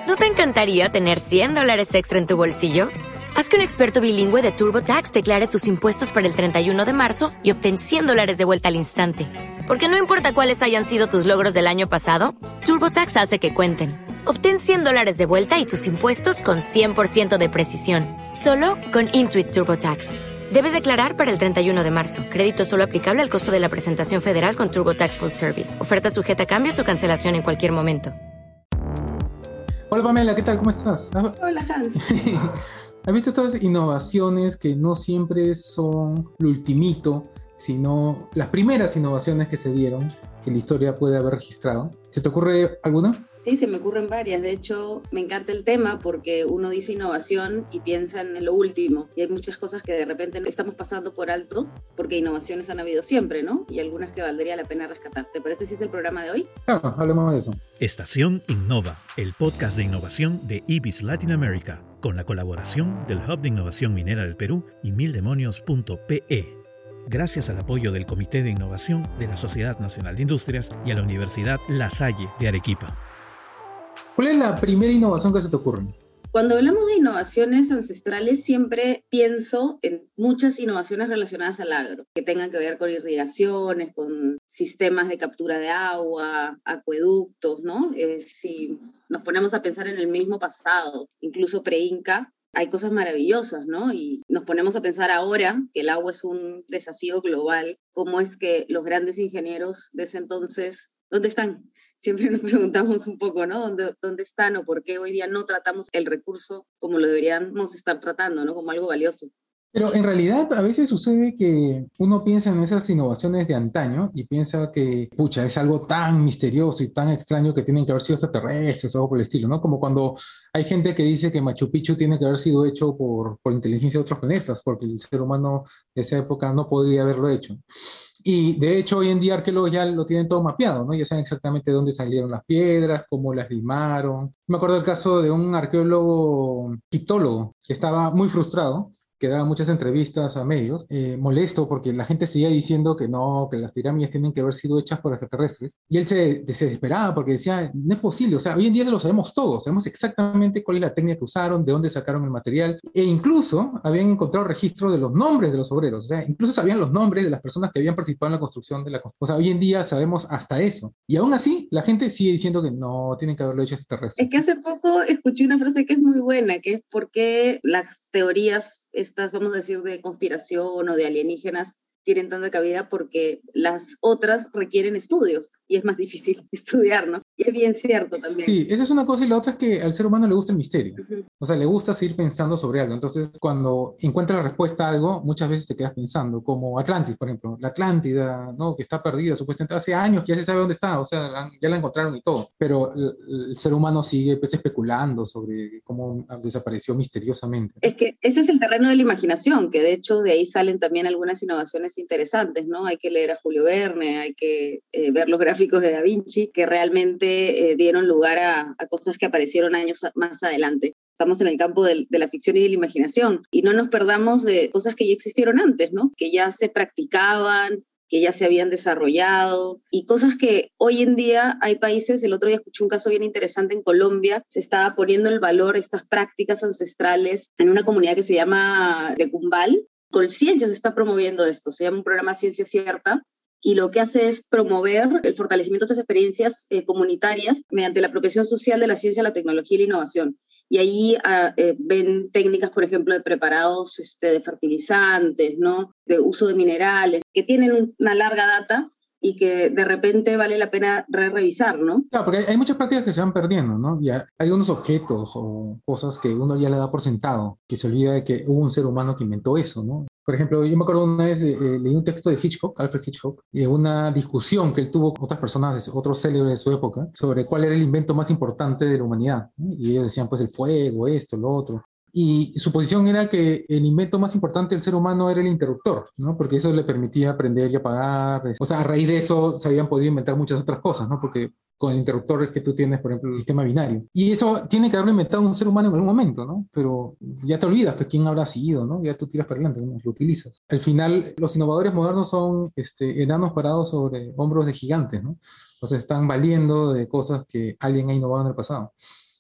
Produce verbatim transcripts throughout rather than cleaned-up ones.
¿No te encantaría tener cien dólares extra en tu bolsillo? Haz que un experto bilingüe de TurboTax declare tus impuestos para el treinta y uno de marzo y obtén cien dólares de vuelta al instante. Porque no importa cuáles hayan sido tus logros del año pasado, TurboTax hace que cuenten. Obtén cien dólares de vuelta y tus impuestos con cien por ciento de precisión. Solo con Intuit TurboTax. Debes declarar para el treinta y uno de marzo. Crédito solo aplicable al costo de la presentación federal con TurboTax Full Service. Oferta sujeta a cambios o cancelación en cualquier momento. Hola Pamela, ¿qué tal? ¿Cómo estás? Hola Hans. ¿Has visto estas innovaciones que no siempre son lo ultimito, sino las primeras innovaciones que se dieron, que la historia puede haber registrado? ¿Se te ocurre alguna? Sí, se me ocurren varias. De hecho, me encanta el tema porque uno dice innovación y piensa en lo último. Y hay muchas cosas que de repente estamos pasando por alto porque innovaciones han habido siempre, ¿no? Y algunas que valdría la pena rescatar. ¿Te parece si es el programa de hoy? Claro, hablemos de eso. Estación Innova, el podcast de innovación de IBIS Latin America, con la colaboración del Hub de Innovación Minera del Perú y mil demonios punto pe. Gracias al apoyo del Comité de Innovación de la Sociedad Nacional de Industrias y a la Universidad La Salle de Arequipa. ¿Cuál es la primera innovación que se te ocurre? Cuando hablamos de innovaciones ancestrales, siempre pienso en muchas innovaciones relacionadas al agro, que tengan que ver con irrigaciones, con sistemas de captura de agua, acueductos, ¿no? Eh, si nos ponemos a pensar en el mismo pasado, incluso pre-Inca, hay cosas maravillosas, ¿no? Y nos ponemos a pensar ahora que el agua es un desafío global, cómo es que los grandes ingenieros de ese entonces, ¿dónde están? Siempre nos preguntamos un poco, ¿no? ¿Dónde, ¿Dónde están o por qué hoy día no tratamos el recurso como lo deberíamos estar tratando, ¿no? Como algo valioso. Pero en realidad a veces sucede que uno piensa en esas innovaciones de antaño y piensa que, pucha, es algo tan misterioso y tan extraño que tienen que haber sido extraterrestres o algo por el estilo, ¿no? Como cuando hay gente que dice que Machu Picchu tiene que haber sido hecho por, por inteligencia de otros planetas, porque el ser humano de esa época no podría haberlo hecho. Y de hecho hoy en día arqueólogos ya lo tienen todo mapeado, ¿no? Ya saben exactamente dónde salieron las piedras, cómo las limaron. Me acuerdo del caso de un arqueólogo egiptólogo que estaba muy frustrado, que daba muchas entrevistas a medios, eh, molesto porque la gente seguía diciendo que no, que las pirámides tienen que haber sido hechas por extraterrestres. Y él se, se desesperaba porque decía, no es posible, o sea, hoy en día lo sabemos todos, sabemos exactamente cuál es la técnica que usaron, de dónde sacaron el material, e incluso habían encontrado registro de los nombres de los obreros, o sea, incluso sabían los nombres de las personas que habían participado en la construcción de la construcción. O sea, hoy en día sabemos hasta eso. Y aún así, la gente sigue diciendo que no, tienen que haberlo hecho extraterrestres. Es que hace poco escuché una frase que es muy buena, que es por qué las teorías estas, vamos a decir, de conspiración o de alienígenas tienen tanta cabida, porque las otras requieren estudios y es más difícil estudiar, ¿no? Y es bien cierto también. Sí, esa es una cosa, y la otra es que al ser humano le gusta el misterio. Uh-huh. O sea, le gusta seguir pensando sobre algo. Entonces, cuando encuentra la respuesta a algo, muchas veces te quedas pensando, como Atlantis, por ejemplo. La Atlántida, ¿no? Que está perdida, supuestamente hace años que ya se sabe dónde está, o sea, ya la encontraron y todo. Pero el, el ser humano sigue pues especulando sobre cómo desapareció misteriosamente. Es que eso es el terreno de la imaginación, que de hecho de ahí salen también algunas innovaciones interesantes, ¿no? Hay que leer a Julio Verne, hay que eh, ver los gráficos de Da Vinci, que realmente eh, dieron lugar a, a cosas que aparecieron años más adelante. Estamos en el campo de, de la ficción y de la imaginación, y no nos perdamos de cosas que ya existieron antes, ¿no? Que ya se practicaban, que ya se habían desarrollado, y cosas que hoy en día hay países. El otro día escuché un caso bien interesante en Colombia, se estaba poniendo el valor estas prácticas ancestrales en una comunidad que se llama Lecumbal. Colciencia se está promoviendo esto, se llama un programa Ciencia Cierta, y lo que hace es promover el fortalecimiento de estas experiencias eh, comunitarias mediante la apropiación social de la ciencia, la tecnología y la innovación. Y ahí uh, eh, ven técnicas, por ejemplo, de preparados este, de fertilizantes, ¿no? De uso de minerales, que tienen una larga data y que de repente vale la pena re-revisar, ¿no? Claro, porque hay, hay muchas prácticas que se van perdiendo, ¿no? Y hay unos objetos o cosas que uno ya le da por sentado, que se olvida de que hubo un ser humano que inventó eso, ¿no? Por ejemplo, yo me acuerdo una vez, eh, leí un texto de Hitchcock, Alfred Hitchcock, y una discusión que él tuvo con otras personas, otros célebres de su época, sobre cuál era el invento más importante de la humanidad, ¿no? Y ellos decían, pues, el fuego, esto, lo otro. Y su posición era que el invento más importante del ser humano era el interruptor, ¿no? Porque eso le permitía aprender y apagar. O sea, a raíz de eso se habían podido inventar muchas otras cosas, ¿no? Porque con el interruptor es que tú tienes, por ejemplo, el sistema binario. Y eso tiene que haberlo inventado un ser humano en algún momento, ¿no? Pero ya te olvidas, pues, quién habrá sido, ¿no? Ya tú tiras para adelante, ¿no? Lo utilizas. Al final, los innovadores modernos son este, enanos parados sobre hombros de gigantes, ¿no? O sea, están valiendo de cosas que alguien ha innovado en el pasado.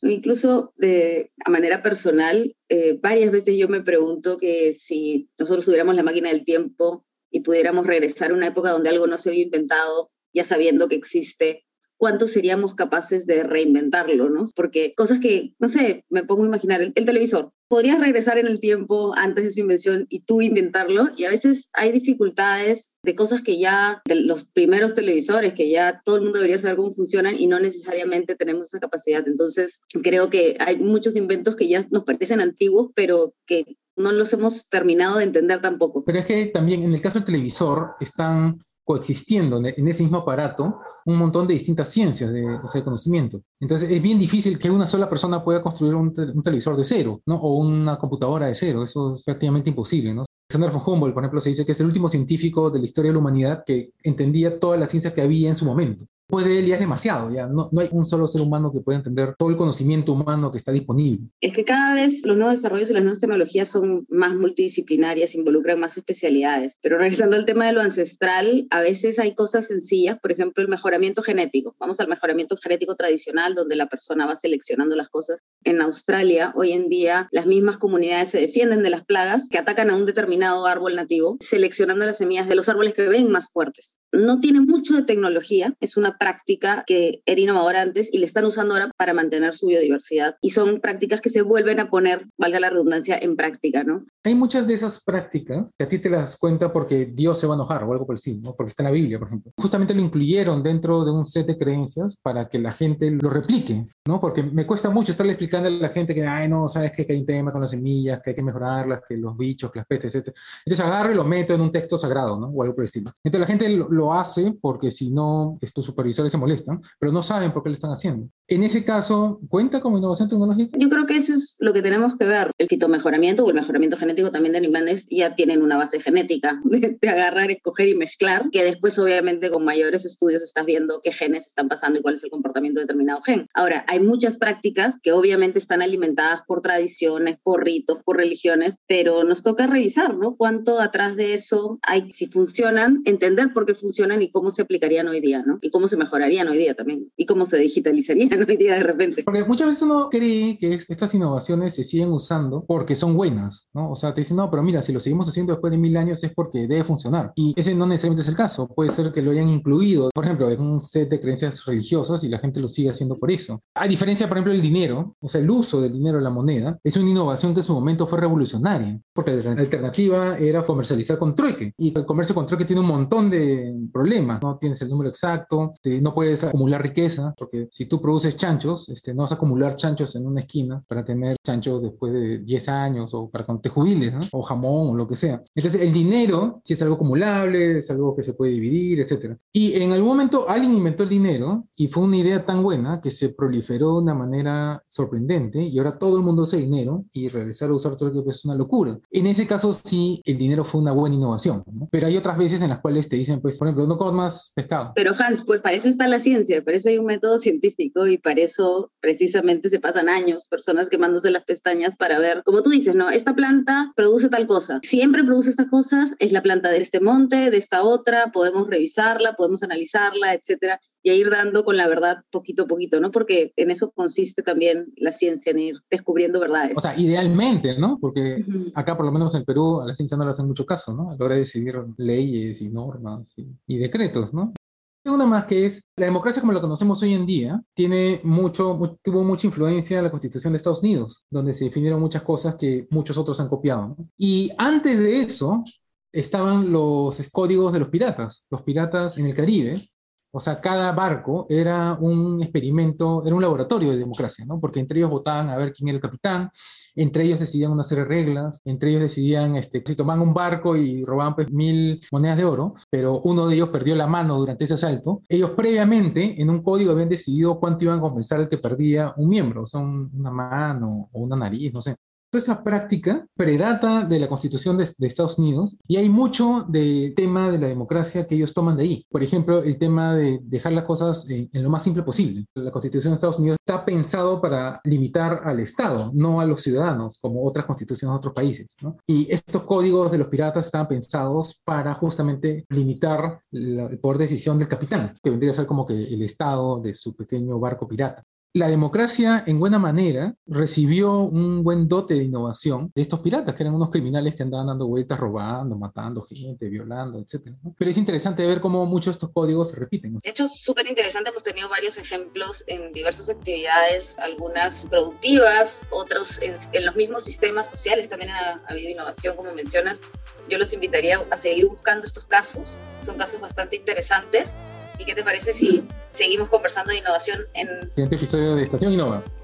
Incluso de, a manera personal, eh, varias veces yo me pregunto que si nosotros tuviéramos la máquina del tiempo y pudiéramos regresar a una época donde algo no se había inventado, ya sabiendo que existe, ¿cuánto seríamos capaces de reinventarlo, ¿no? Porque cosas que, no sé, me pongo a imaginar, el, el televisor. Podrías regresar en el tiempo antes de su invención y tú inventarlo, y a veces hay dificultades de cosas que ya, de los primeros televisores, que ya todo el mundo debería saber cómo funcionan y no necesariamente tenemos esa capacidad. Entonces, creo que hay muchos inventos que ya nos parecen antiguos, pero que no los hemos terminado de entender tampoco. Pero es que también en el caso del televisor están coexistiendo en ese mismo aparato un montón de distintas ciencias de, o sea, de conocimiento. Entonces es bien difícil que una sola persona pueda construir un, te un televisor de cero, ¿no? O una computadora de cero. Eso es prácticamente imposible, ¿no? Alexander von Humboldt, por ejemplo, se dice que es el último científico de la historia de la humanidad que entendía toda la ciencia que había en su momento. Después de él ya es demasiado, ya no, no hay un solo ser humano que pueda entender todo el conocimiento humano que está disponible. Es que cada vez los nuevos desarrollos y las nuevas tecnologías son más multidisciplinarias, involucran más especialidades. Pero regresando al tema de lo ancestral, a veces hay cosas sencillas, por ejemplo, el mejoramiento genético. Vamos al mejoramiento genético tradicional, donde la persona va seleccionando las cosas. En Australia, hoy en día, las mismas comunidades se defienden de las plagas que atacan a un determinado árbol nativo, seleccionando las semillas de los árboles que ven más fuertes. No tiene mucho de tecnología, es una práctica que era innovadora antes y le están usando ahora para mantener su biodiversidad. Y son prácticas que se vuelven a poner, valga la redundancia, en práctica, ¿no? Hay muchas de esas prácticas que a ti te las cuenta porque Dios se va a enojar o algo por el estilo, ¿no? Porque está en la Biblia, por ejemplo. Justamente lo incluyeron dentro de un set de creencias para que la gente lo replique, ¿no? Porque me cuesta mucho estarle explicando a la gente que, ay, no, sabes que hay un tema con las semillas, que hay que mejorarlas, que los bichos, que las pestes, etcétera. Entonces agarro y lo meto en un texto sagrado, ¿no? O algo por el estilo. Entonces la gente lo, lo hace porque si no, estos supervisores se molestan, pero no saben por qué lo están haciendo. En ese caso, ¿cuenta como innovación tecnológica? Yo creo que eso es lo que tenemos que ver. El fitomejoramiento o el mejoramiento genético también de animales ya tienen una base genética de, de agarrar, escoger y mezclar, que después obviamente con mayores estudios estás viendo qué genes están pasando y cuál es el comportamiento de determinado gen. Ahora, hay muchas prácticas que obviamente están alimentadas por tradiciones, por ritos, por religiones, pero nos toca revisar, ¿no? Cuánto atrás de eso hay, si funcionan, entender por qué funcionan y cómo se aplicarían hoy día, ¿no? Y cómo se mejorarían hoy día también, y cómo se digitalizarían hoy día de repente. Porque muchas veces uno cree que estas innovaciones se siguen usando porque son buenas, ¿no? O sea, te dicen, no, pero mira, si lo seguimos haciendo después de mil años es porque debe funcionar. Y ese no necesariamente es el caso. Puede ser que lo hayan incluido, por ejemplo, en un set de creencias religiosas y la gente lo sigue haciendo por eso. A diferencia, por ejemplo, del dinero, o sea, el uso del dinero, la moneda, es una innovación que en su momento fue revolucionaria, porque la alternativa era comercializar con trueque. Y el comercio con trueque tiene un montón de problemas. No tienes el número exacto, no puedes acumular riqueza, porque si tú produces chanchos, este, no vas a acumular chanchos en una esquina para tener chanchos después de diez años o para cuando te jubiles, ¿no? O jamón o lo que sea. Entonces, el dinero sí es algo acumulable, es algo que se puede dividir, etcétera. Y en algún momento alguien inventó el dinero y fue una idea tan buena que se proliferó de una manera sorprendente y ahora todo el mundo usa dinero y regresar a usar todo lo que es una locura. En ese caso sí, el dinero fue una buena innovación, ¿no? Pero hay otras veces en las cuales te dicen, pues, por ejemplo, no comas pescado. Pero Hans, pues para eso está la ciencia, para eso hay un método científico y para eso precisamente se pasan años personas quemándose las pestañas para ver, como tú dices, no, esta planta produce tal cosa, siempre produce estas cosas, es la planta de este monte, de esta otra, podemos revisarla, podemos analizarla, etcétera, y a ir dando con la verdad poquito a poquito, ¿no? Porque en eso consiste también la ciencia, en ir descubriendo verdades. O sea, idealmente, ¿no? Porque uh-huh. acá, por lo menos en el Perú, a la ciencia no le hacen mucho caso, ¿no? A la hora de decidir leyes y normas y, y decretos, ¿no? Una más que es, la democracia como la conocemos hoy en día, tiene mucho, tuvo mucha influencia en la Constitución de Estados Unidos, donde se definieron muchas cosas que muchos otros han copiado, ¿no? Y antes de eso, estaban los códigos de los piratas, los piratas en el Caribe. O sea, cada barco era un experimento, era un laboratorio de democracia, ¿no? Porque entre ellos votaban a ver quién era el capitán, entre ellos decidían una serie de reglas, entre ellos decidían, este, si tomaban un barco y robaban pues, mil monedas de oro, pero uno de ellos perdió la mano durante ese asalto, ellos previamente en un código habían decidido cuánto iban a compensar el que perdía un miembro, o sea, un, una mano o una nariz, no sé. Toda esa práctica predata de la Constitución de, de Estados Unidos y hay mucho del tema de la democracia que ellos toman de ahí. Por ejemplo, el tema de dejar las cosas en, en lo más simple posible. La Constitución de Estados Unidos está pensado para limitar al Estado, no a los ciudadanos, como otras constituciones de otros países, ¿no? Y estos códigos de los piratas estaban pensados para justamente limitar la, el poder de decisión del capitán, que vendría a ser como que el Estado de su pequeño barco pirata. la democracia, en buena manera, recibió un buen dote de innovación de estos piratas, que eran unos criminales que andaban dando vueltas, robando, matando gente, violando, etcétera, ¿no? Pero es interesante ver cómo muchos de estos códigos se repiten. De hecho, súper interesante, hemos tenido varios ejemplos en diversas actividades, algunas productivas, otros en, en los mismos sistemas sociales también ha, ha habido innovación, como mencionas. Yo los invitaría a seguir buscando estos casos, son casos bastante interesantes. ¿Y qué te parece si seguimos conversando de innovación en el siguiente episodio de Estación Innova?